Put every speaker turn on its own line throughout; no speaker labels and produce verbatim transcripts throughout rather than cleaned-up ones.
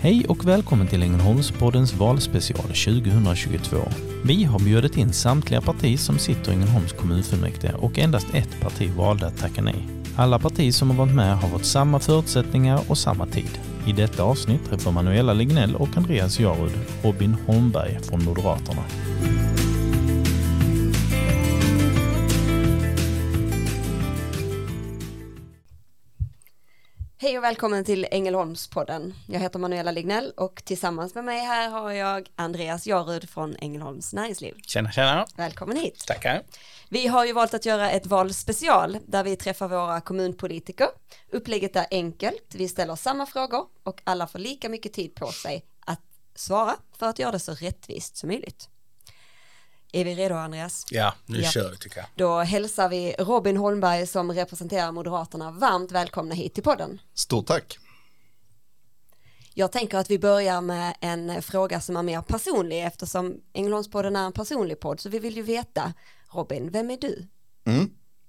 Hej och välkommen till Ängelholmspoddens valspecial tjugohundratjugotvå. Vi har bjudit in samtliga partier som sitter i Ängelholms kommunfullmäktige och endast ett parti valde att tacka nej. Alla partier som har varit med har fått samma förutsättningar och samma tid. I detta avsnitt träffar Manuela Lignell och Andreas Jarud Robin Holmberg från Moderaterna.
Hej och välkommen till Ängelholmspodden. Jag heter Manuela Lignell och tillsammans med mig här har jag Andreas Jarud från Ängelholms näringsliv.
Tjena, tjena.
Välkommen hit.
Tackar.
Vi har ju valt att göra ett valspecial där vi träffar våra kommunpolitiker. Upplägget är enkelt, vi ställer samma frågor och alla får lika mycket tid på sig att svara för att göra det så rättvist som möjligt. Är vi redo, Andreas?
Ja, nu
ja.
kör vi tycker jag.
Då hälsar vi Robin Holmberg som representerar Moderaterna varmt välkomna hit till podden.
Stort tack.
Jag tänker att vi börjar med en fråga som är mer personlig eftersom Ängelholmspodden är en personlig podd. Så vi vill ju veta, Robin, vem är du?
Mm.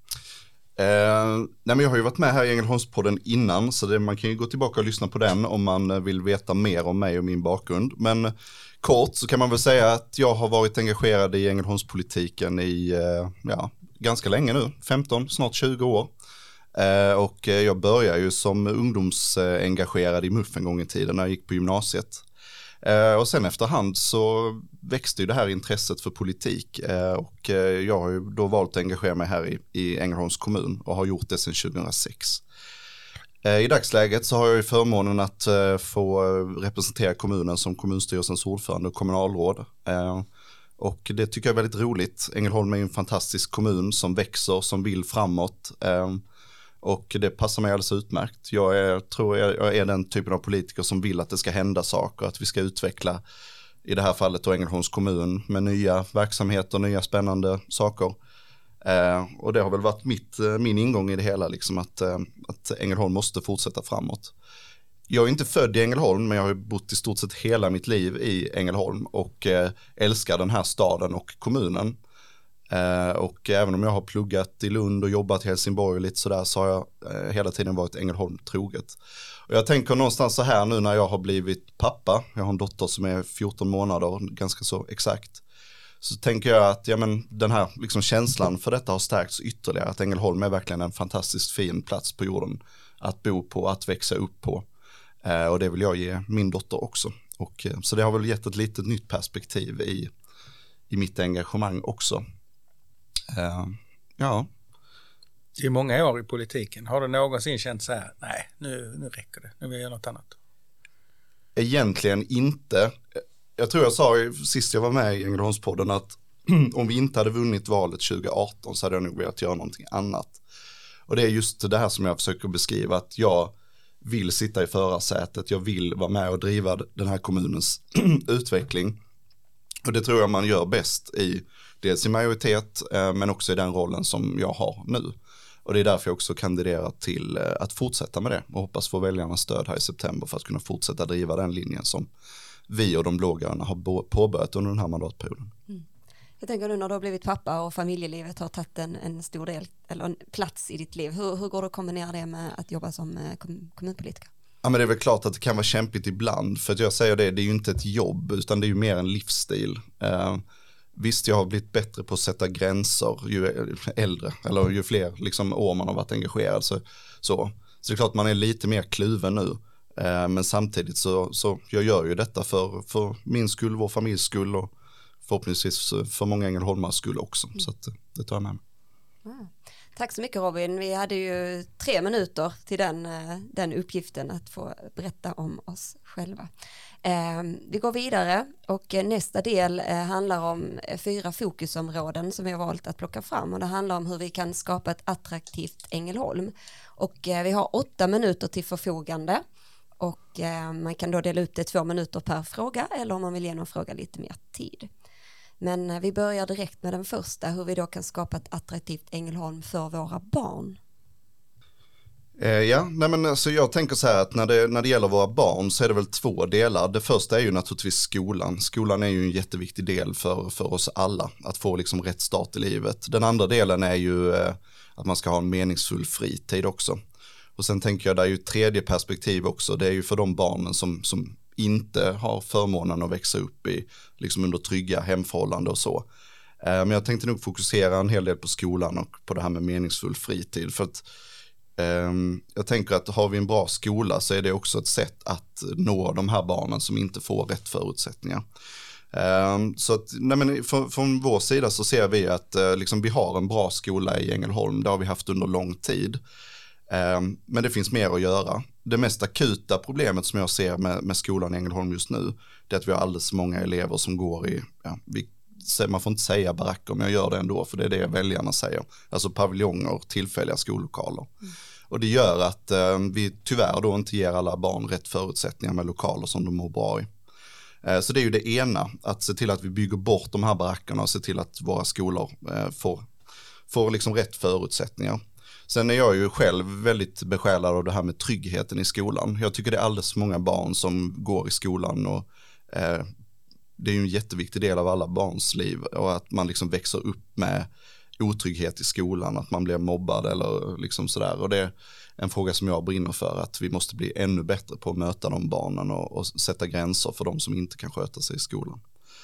Eh, nej men jag har ju varit med här i Ängelholmspodden innan så det, man kan ju gå tillbaka och lyssna på den om man vill veta mer om mig och min bakgrund. Men kort så kan man väl säga att jag har varit engagerad i Ängelholmspolitiken i eh, ja, ganska länge nu, femton, snart tjugo år. Eh, och jag började ju som ungdomsengagerad i M U F en gång i tiden när jag gick på gymnasiet. Eh, och sen efterhand så växte ju det här intresset för politik eh, och eh, jag har ju då valt att engagera mig här i, i Ängelholms kommun och har gjort det sedan tjugohundrasex. Eh, I dagsläget så har jag ju förmånen att eh, få representera kommunen som kommunstyrelsens ordförande och kommunalråd. Eh, och det tycker jag är väldigt roligt. Ängelholm är en fantastisk kommun som växer, som vill framåt. Eh, Och det passar mig alldeles utmärkt. Jag är, tror jag är den typen av politiker som vill att det ska hända saker. Att vi ska utveckla, i det här fallet då Ängelholms kommun, med nya verksamheter, nya spännande saker. Eh, och det har väl varit mitt, min ingång i det hela, liksom att, eh, att Ängelholm måste fortsätta framåt. Jag är inte född i Ängelholm, men jag har bott i stort sett hela mitt liv i Ängelholm och eh, älskar den här staden och kommunen. Uh, och även om jag har pluggat i Lund och jobbat i Helsingborg och lite sådär så har jag uh, hela tiden varit Ängelholm troget. Och jag tänker någonstans så här nu när jag har blivit pappa, jag har en dotter som är fjorton månader, ganska så exakt. Så tänker jag att ja, men, den här liksom, känslan för detta har stärkts ytterligare. Att Ängelholm är verkligen en fantastiskt fin plats på jorden att bo på, att växa upp på. Uh, och det vill jag ge min dotter också. Och, uh, så det har väl gett ett litet nytt perspektiv i, i mitt engagemang också. Uh, ja.
Det är många år i politiken. Har du någonsin känt så här, nej, nu, nu räcker det, nu vill jag göra något annat?
Egentligen inte. Jag tror jag sa sist jag var med i Ängelholmspodden att om vi inte hade vunnit valet tjugo arton så hade jag nog velat göra någonting annat. Och det är just det här som jag försöker beskriva, att jag vill sitta i förarsätet, jag vill vara med och driva den här kommunens utveckling. Och det tror jag man gör bäst i dels i majoritet eh, men också i den rollen som jag har nu. Och det är därför jag också kandiderar till eh, att fortsätta med det och hoppas få väljarnas stöd här i september för att kunna fortsätta driva den linjen som vi och de blågröna har bo- påbörjat under den här mandatperioden.
Mm. Jag tänker nu när du har blivit pappa och familjelivet har tagit en, en stor del eller en plats i ditt liv. Hur, hur går det att kombinera det med att jobba som eh, kom, kommunpolitiker?
Ja, men det är väl klart att det kan vara kämpigt ibland, för att jag säger det, det är ju inte ett jobb utan det är ju mer en livsstil. Eh, visst, jag har blivit bättre på att sätta gränser ju äldre eller ju fler liksom, år man har varit engagerad. Så, så. så det är klart att man är lite mer kluven nu, eh, men samtidigt så, så jag gör ju detta för, för min skull, vår familjs skull och förhoppningsvis för många ängelholmars skull också. Mm. Så att, det tar jag med mig.
Mm. Tack så mycket, Robin. Vi hade ju tre minuter till den, den uppgiften att få berätta om oss själva. Eh, vi går vidare och nästa del eh, handlar om fyra fokusområden som vi har valt att plocka fram, och det handlar om hur vi kan skapa ett attraktivt Ängelholm. Och eh, vi har åtta minuter till förfogande och eh, man kan då dela upp det två minuter per fråga eller om man vill ge någon fråga lite mer tid. Men vi börjar direkt med den första, hur vi då kan skapa ett attraktivt Ängelholm för våra barn.
Eh, ja, nej men alltså jag tänker så här att när det, när det gäller våra barn så är det väl två delar. Det första är ju naturligtvis skolan. Skolan är ju en jätteviktig del för, för oss alla, att få liksom rätt start i livet. Den andra delen är ju eh, att man ska ha en meningsfull fritid också. Och sen tänker jag, där är ju ett tredje perspektiv också, det är ju för de barnen som, som inte har förmånen att växa upp i liksom under trygga hemförhållanden och så. Men jag tänkte nog fokusera en hel del på skolan och på det här med meningsfull fritid. För att um, jag tänker att har vi en bra skola så är det också ett sätt att nå de här barnen som inte får rätt förutsättningar. Um, så att, nej men från, från vår sida så ser vi att uh, liksom vi har en bra skola i Ängelholm. Det har vi haft under lång tid. Um, men det finns mer att göra. Det mest akuta problemet som jag ser med, med skolan i Ängelholm just nu, det är att vi har alldeles många elever som går i, ja, vi, man får inte säga baracker, men jag gör det ändå för det är det väljarna säger. Alltså paviljonger, tillfälliga skollokaler. Mm. Och det gör att eh, vi tyvärr då inte ger alla barn rätt förutsättningar med lokaler som de mår bra i. Eh, så det är ju det ena, att se till att vi bygger bort de här barackerna och se till att våra skolor eh, får, får liksom rätt förutsättningar. Sen är jag ju själv väldigt besjälad av det här med tryggheten i skolan. Jag tycker det är alldeles för många barn som går i skolan och eh, det är ju en jätteviktig del av alla barns liv och att man liksom växer upp med otrygghet i skolan, att man blir mobbad eller liksom sådär. Och det är en fråga som jag brinner för, att vi måste bli ännu bättre på att möta de barnen och, och sätta gränser för de som inte kan sköta sig i skolan.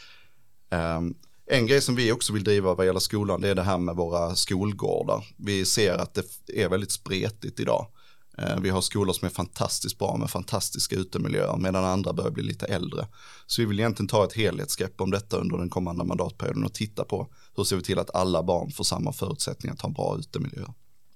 Um, en grej som vi också vill driva vad gäller skolan, det är det här med våra skolgårdar. Vi ser att det är väldigt spretigt idag. Vi har skolor som är fantastiskt bra med fantastiska utemiljöer medan andra börjar bli lite äldre. Så vi vill egentligen ta ett helhetsgrepp om detta under den kommande mandatperioden och titta på hur ser vi till att alla barn får samma förutsättningar att ha bra utemiljöer.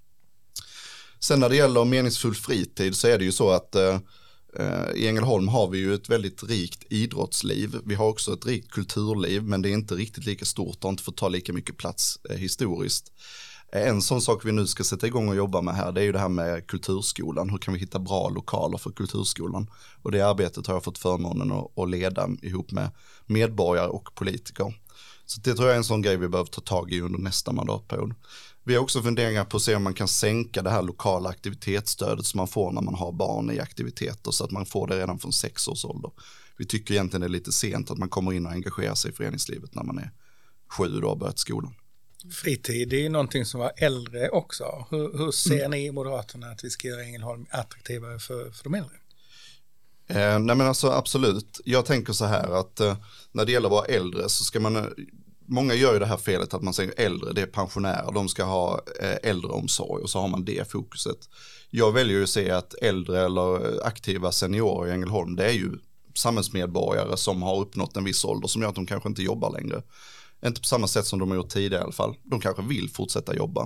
Sen när det gäller meningsfull fritid så är det ju så att eh, i Ängelholm har vi ju ett väldigt rikt idrottsliv. Vi har också ett rikt kulturliv, men det är inte riktigt lika stort och har inte fått ta lika mycket plats eh, historiskt. En sån sak vi nu ska sätta igång och jobba med här, det är ju det här med kulturskolan. Hur kan vi hitta bra lokaler för kulturskolan? Och det arbetet har jag fått förmånen att, att leda ihop med medborgare och politiker. Så det tror jag är en sån grej vi behöver ta tag i under nästa mandatperiod. Vi har också funderingar på att se om man kan sänka det här lokala aktivitetsstödet som man får när man har barn i aktiviteter, så att man får det redan från sex års ålder. Vi tycker egentligen det är lite sent att man kommer in och engagerar sig i föreningslivet när man är sju och har börjat skolan.
Fritid är ju någonting som var äldre också. Hur, hur ser mm. ni i Moderaterna att vi ska göra Ängelholm attraktivare för, för de äldre?
Eh, nej men alltså absolut. Jag tänker så här att eh, när det gäller att vara äldre så ska man, eh, många gör ju det här felet att man säger äldre, det är pensionärer, de ska ha eh, äldreomsorg och så har man det fokuset. Jag väljer ju att se att äldre eller aktiva seniorer i Ängelholm, det är ju samhällsmedborgare som har uppnått en viss ålder som gör att de kanske inte jobbar längre. Inte på samma sätt som de har gjort tidigare i alla fall. De kanske vill fortsätta jobba.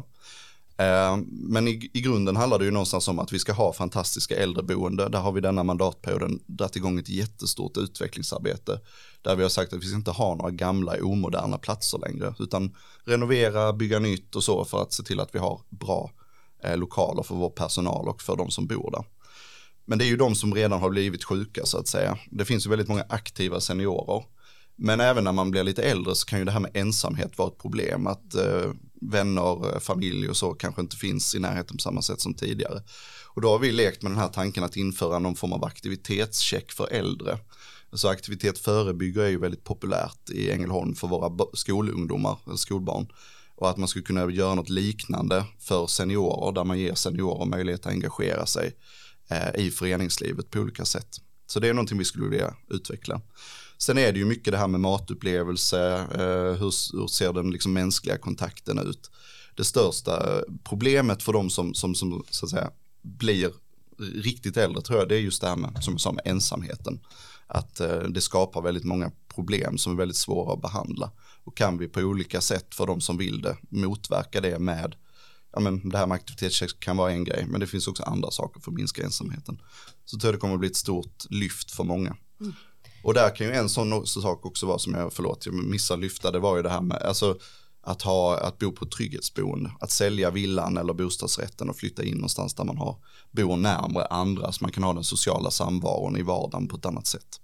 Eh, men i, i grunden handlar det ju någonstans om att vi ska ha fantastiska äldreboende. Där har vi denna mandatperioden dragit igång ett jättestort utvecklingsarbete. Där vi har sagt att vi ska inte ha några gamla omoderna platser längre. Utan renovera, bygga nytt och så för att se till att vi har bra eh, lokaler för vår personal och för de som bor där. Men det är ju de som redan har blivit sjuka så att säga. Det finns ju väldigt många aktiva seniorer. Men även när man blir lite äldre så kan ju det här med ensamhet vara ett problem. Att eh, vänner, familj och så kanske inte finns i närheten på samma sätt som tidigare. Och då har vi lekt med den här tanken att införa någon form av aktivitetscheck för äldre. Så aktivitet förebygger är ju väldigt populärt i Ängelholm för våra skolungdomar, eller skolbarn. Och att man skulle kunna göra något liknande för seniorer där man ger seniorer möjlighet att engagera sig eh, i föreningslivet på olika sätt. Så det är någonting vi skulle vilja utveckla. Sen är det ju mycket det här med matupplevelse, eh, hur, hur ser den liksom mänskliga kontakten ut. Det största problemet för de som, som, som så att säga, blir riktigt äldre tror jag, det är just det här med, som jag sa, med ensamheten. Att eh, det skapar väldigt många problem som är väldigt svåra att behandla. Och kan vi på olika sätt för de som vill det motverka det med, ja men det här med aktivitetscheck kan vara en grej, men det finns också andra saker för att minska ensamheten. Så tror jag det kommer att bli ett stort lyft för många. Mm. Och där kan ju en sån sak också vara som jag, förlåt, jag missade lyfta, det var ju det här med alltså, att, ha, att bo på trygghetsboende. Att sälja villan eller bostadsrätten och flytta in någonstans där man har, bor närmare andra så man kan ha den sociala samvaron i vardagen på ett annat sätt.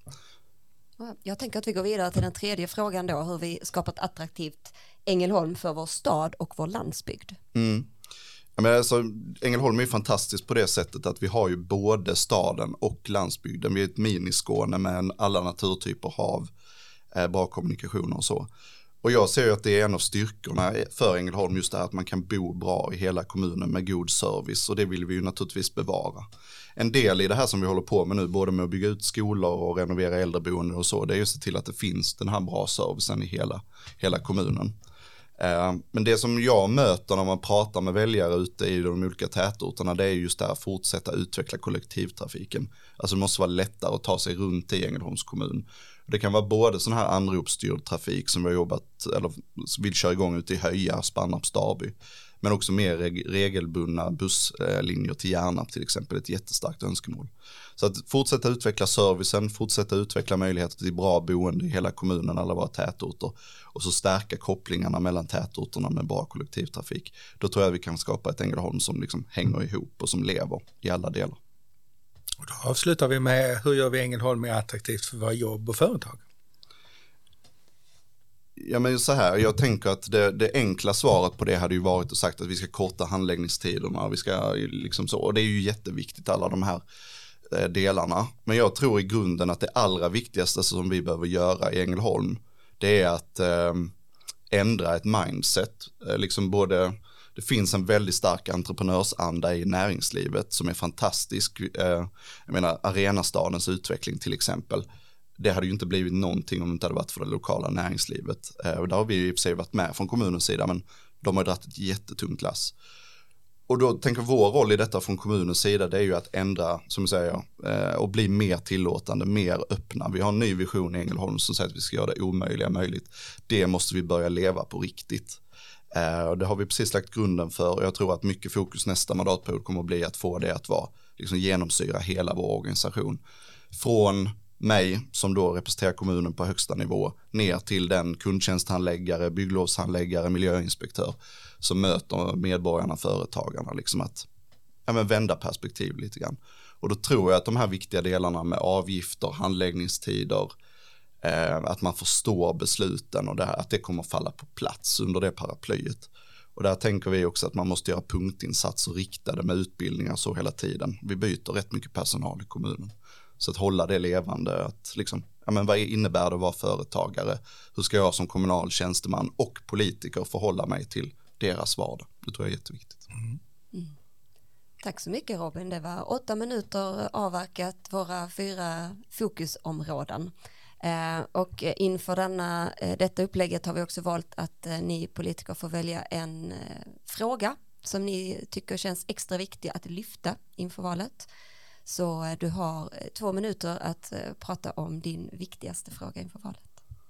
Jag tänker att vi går vidare till den tredje frågan då, hur vi skapar ett attraktivt Ängelholm för vår stad och vår landsbygd. Mm.
Men alltså, Ängelholm är ju fantastiskt på det sättet att vi har ju både staden och landsbygden. Vi är ett miniskåne med alla naturtyper, hav, eh, bra kommunikationer och så. Och jag ser ju att det är en av styrkorna för Ängelholm, just det här att man kan bo bra i hela kommunen med god service, och det vill vi ju naturligtvis bevara. En del i det här som vi håller på med nu, både med att bygga ut skolor och renovera äldreboenden och så, det är just att se till att det finns den här bra servicen i hela, hela kommunen. Men det som jag möter när man pratar med väljare ute i de olika tätorterna, det är just det här att fortsätta utveckla kollektivtrafiken. Alltså det måste vara lättare att ta sig runt i Ängelholms kommun. Det kan vara både sån här anropsstyrd trafik som vi har jobbat eller vill köra igång ute i Höja, Spanarp, Starby. Men också mer regelbundna busslinjer till Hjärnarp till exempel, ett jättestarkt önskemål. Så att fortsätta utveckla servicen, fortsätta utveckla möjligheter till bra boende i hela kommunen, alla våra tätorter, och så stärka kopplingarna mellan tätorterna med bra kollektivtrafik. Då tror jag vi kan skapa ett Ängelholm som liksom hänger ihop och som lever i alla delar.
Och då avslutar vi med, hur gör vi Ängelholm mer attraktivt för våra jobb och företag?
Ja, men så här, jag tänker att det, det enkla svaret på det hade ju varit att sagt att vi ska korta handläggningstiderna och vi ska liksom så, och det är ju jätteviktigt alla de här eh, delarna. Men jag tror i grunden att det allra viktigaste som vi behöver göra i Ängelholm, det är att eh, ändra ett mindset. Eh, liksom både, det finns en väldigt stark entreprenörsanda i näringslivet som är fantastisk. Eh, jag menar Arenastadens utveckling till exempel. Det hade ju inte blivit någonting om det inte hade varit för det lokala näringslivet. Eh, och där har vi ju i och för sig varit med från kommunens sida, men de har dragit ett jättetungt lass. Och då tänker vår roll i detta från kommunens sida, det är ju att ändra, som jag säger, eh, och bli mer tillåtande, mer öppna. Vi har en ny vision i Ängelholm som säger att vi ska göra det omöjliga möjligt. Det måste vi börja leva på riktigt. Eh, och det har vi precis lagt grunden för, och jag tror att mycket fokus nästa mandatperiod kommer att bli att få det att vara, liksom genomsyra hela vår organisation. Från mig som då representerar kommunen på högsta nivå ner till den kundtjänsthandläggare, bygglovshandläggare, miljöinspektör som möter medborgarna, företagarna, liksom att ja, men vända perspektiv lite grann. Och då tror jag att de här viktiga delarna med avgifter, handläggningstider, eh, att man förstår besluten och det här, att det kommer falla på plats under det paraplyet. Och där tänker vi också att man måste göra punktinsatser riktade med utbildningar så hela tiden. Vi byter rätt mycket personal i kommunen. Så att hålla det levande, att liksom, ja men vad innebär det att vara företagare? Hur ska jag som kommunal tjänsteman och politiker förhålla mig till deras vardag? Det tror jag är jätteviktigt.
Mm. Mm. Tack så mycket Robin, det var åtta minuter avverkat våra fyra fokusområden. Eh, och inför denna, eh, detta upplägget har vi också valt att eh, ni politiker får välja en eh, fråga som ni tycker känns extra viktig att lyfta inför valet. Så du har två minuter att prata om din viktigaste fråga inför valet.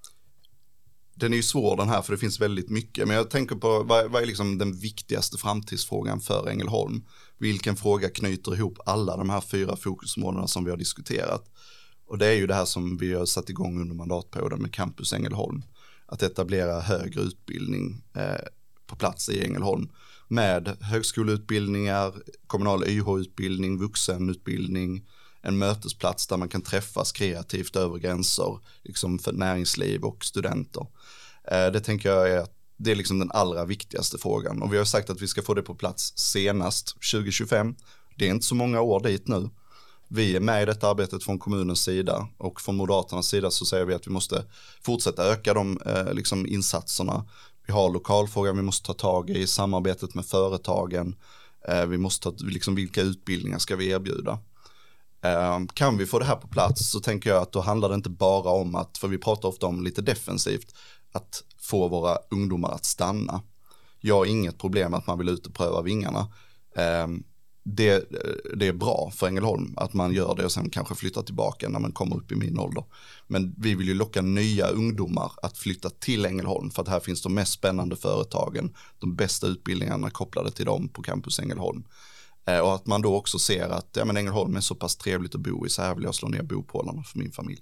Den är ju svår den här, för det finns väldigt mycket. Men jag tänker på vad, vad är liksom den viktigaste framtidsfrågan för Ängelholm? Vilken fråga knyter ihop alla de här fyra fokusområdena som vi har diskuterat? Och det är ju det här som vi har satt igång under mandatperioden med Campus Ängelholm. Att etablera högre utbildning eh, på plats i Ängelholm. Med högskoleutbildningar, kommunal Y H-utbildning, vuxenutbildning, en mötesplats där man kan träffas kreativt över gränser, liksom för näringsliv och studenter. Det tänker jag är, det är liksom den allra viktigaste frågan. Och vi har sagt att vi ska få det på plats senast tjugo tjugofem. Det är inte så många år dit nu. Vi är med i detta arbetet från kommunens sida, och från Moderaternas sida så säger vi att vi måste fortsätta öka de eh, liksom insatserna. Vi har lokalfrågan vi måste ta tag i, samarbetet med företagen. Eh, vi måste ta, liksom, vilka utbildningar ska vi erbjuda? Eh, kan vi få det här på plats så tänker jag att då handlar det inte bara om att, för vi pratar ofta om lite defensivt, att få våra ungdomar att stanna. Jag har inget problem att man vill ut och pröva vingarna. Eh, det, det är bra för Ängelholm att man gör det och sen kanske flyttar tillbaka när man kommer upp i min ålder. Men vi vill ju locka nya ungdomar att flytta till Ängelholm, för att här finns de mest spännande företagen, de bästa utbildningarna kopplade till dem på Campus Ängelholm. Eh, och att man då också ser att ja, men Ängelholm är så pass trevligt att bo i, så här vill jag slå ner bopålarna för min familj.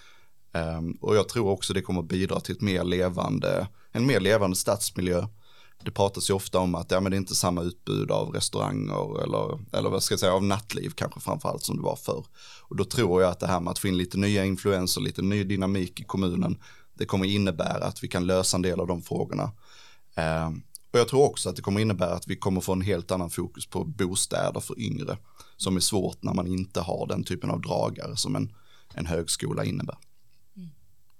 Eh, och jag tror också det kommer bidra till ett mer levande, en mer levande stadsmiljö. Det pratas ju ofta om att ja, men det är inte samma utbud av restauranger eller, eller vad ska jag säga, av nattliv kanske framförallt som det var förr. Och då tror jag att det här med att få in lite nya influenser, lite ny dynamik i kommunen, det kommer innebära att vi kan lösa en del av de frågorna. Eh, och jag tror också att det kommer innebära att vi kommer få en helt annan fokus på bostäder för yngre, som är svårt när man inte har den typen av dragare som en, en högskola innebär.
Mm.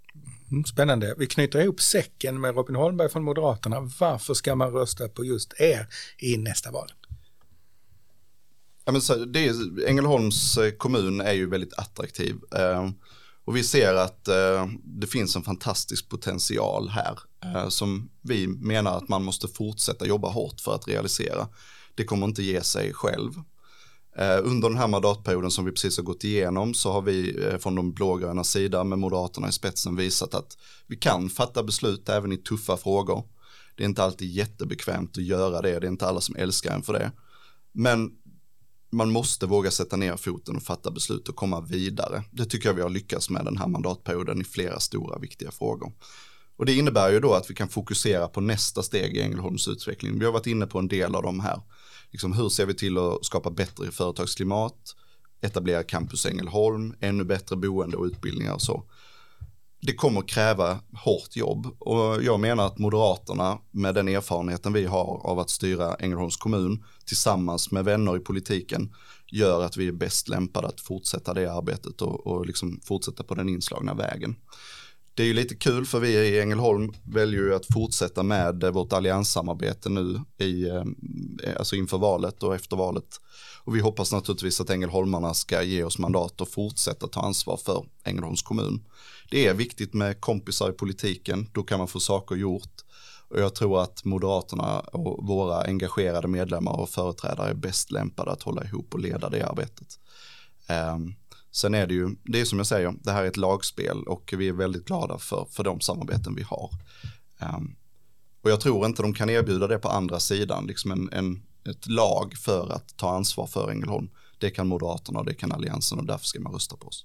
Mm, spännande. Vi knyter ihop säcken med Robin Holmberg från Moderaterna. Varför ska man rösta på just er i nästa val?
Ja, men så, det är, Ängelholms kommun är ju väldigt attraktiv. Eh, och vi ser att eh, det finns en fantastisk potential här eh, som vi menar att man måste fortsätta jobba hårt för att realisera. Det kommer inte ge sig själv. Eh, under den här mandatperioden som vi precis har gått igenom så har vi eh, från de blågröna sida med Moderaterna i spetsen visat att vi kan fatta beslut även i tuffa frågor. Det är inte alltid jättebekvämt att göra det, det är inte alla som älskar en för det. Men man måste våga sätta ner foten och fatta beslut och komma vidare. Det tycker jag vi har lyckats med den här mandatperioden i flera stora viktiga frågor. Och det innebär ju då att vi kan fokusera på nästa steg i Ängelholms utveckling. Vi har varit inne på en del av de här. Liksom, hur ser vi till att skapa bättre företagsklimat, etablera campus Ängelholm, ännu bättre boende och utbildningar och så. Det kommer kräva hårt jobb och jag menar att Moderaterna med den erfarenheten vi har av att styra Ängelholms kommun tillsammans med vänner i politiken gör att vi är bäst lämpade att fortsätta det arbetet och, och liksom fortsätta på den inslagna vägen. Det är ju lite kul för vi i Ängelholm väljer ju att fortsätta med vårt allianssamarbete nu i, alltså inför valet och efter valet. Och vi hoppas naturligtvis att Ängelholmarna ska ge oss mandat och fortsätta ta ansvar för Ängelholms kommun. Det är viktigt med kompisar i politiken, då kan man få saker gjort. Och jag tror att Moderaterna och våra engagerade medlemmar och företrädare är bäst lämpade att hålla ihop och leda det arbetet. Um, Sen är det ju, det är som jag säger, det här är ett lagspel och vi är väldigt glada för, för de samarbeten vi har. Um, och jag tror inte de kan erbjuda det på andra sidan, liksom en, en, ett lag för att ta ansvar för Ängelholm. Det kan Moderaterna och det kan Alliansen och därför ska man rösta på oss.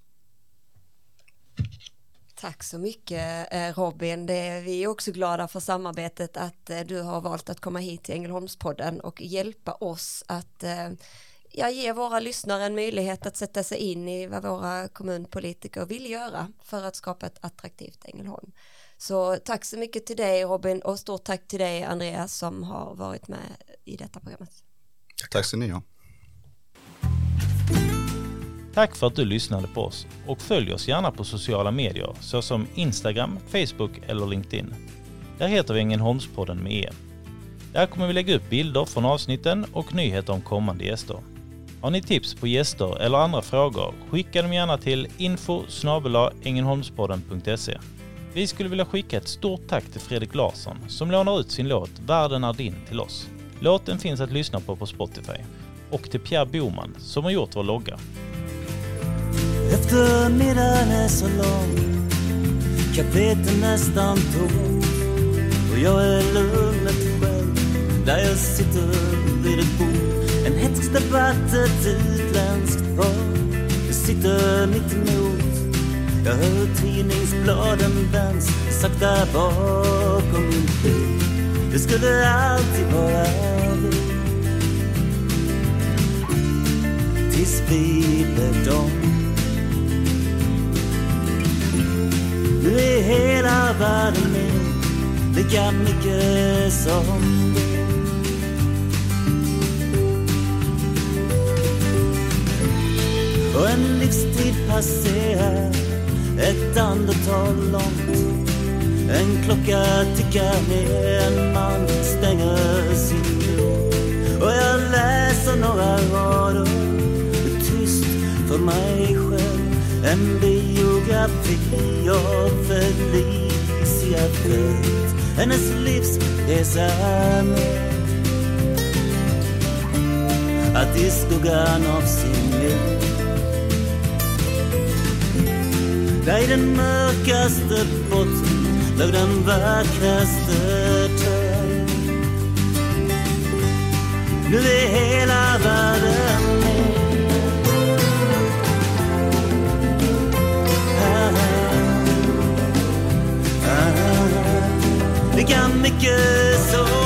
Tack så mycket Robin. Det är, vi är också glada för samarbetet att du har valt att komma hit till Ängelholmspodden och hjälpa oss att ja, ge våra lyssnare en möjlighet att sätta sig in i vad våra kommunpolitiker vill göra för att skapa ett attraktivt Ängelholm. Så tack så mycket till dig Robin och stort tack till dig Andreas som har varit med i detta programmet.
Tack så ni ha.
Tack för att du lyssnade på oss och följ oss gärna på sociala medier såsom Instagram, Facebook eller LinkedIn. Där heter vi Ängelholmspodden med E. Där kommer vi lägga upp bilder från avsnitten och nyheter om kommande gäster. Har ni tips på gäster eller andra frågor, skicka dem gärna till info snabel-a ängelholmspodden punkt se. Vi skulle vilja skicka ett stort tack till Fredrik Larsson som lånar ut sin låt Världen är din till oss. Låten finns att lyssna på på Spotify. Och till Pierre Boman som har gjort vår logga.
Eftermiddagen är så lång, kaféet är nästan tomt och jag är lugnet själv där jag sitter vid ett bord. En hätsk debatt, ett utländskt par, jag sitter mitt emot. Jag hör tidningsbladen vänds sakta bakom min bil. Det skulle alltid vara vi tills vi blev dom. Nu är hela världen min, lika mycket som det. Och en livstid passerar, ett andetag långt. En klocka tickar ner, en man stänger sin dörr. Och jag läser några rader, tyst för mig själv. En biografi av Felicia Fält, hennes livsresa med. Att i skuggan av sin liv, där i den mörkaste botten låg den vackraste törn. Nu är hela världen med. Lika mycket så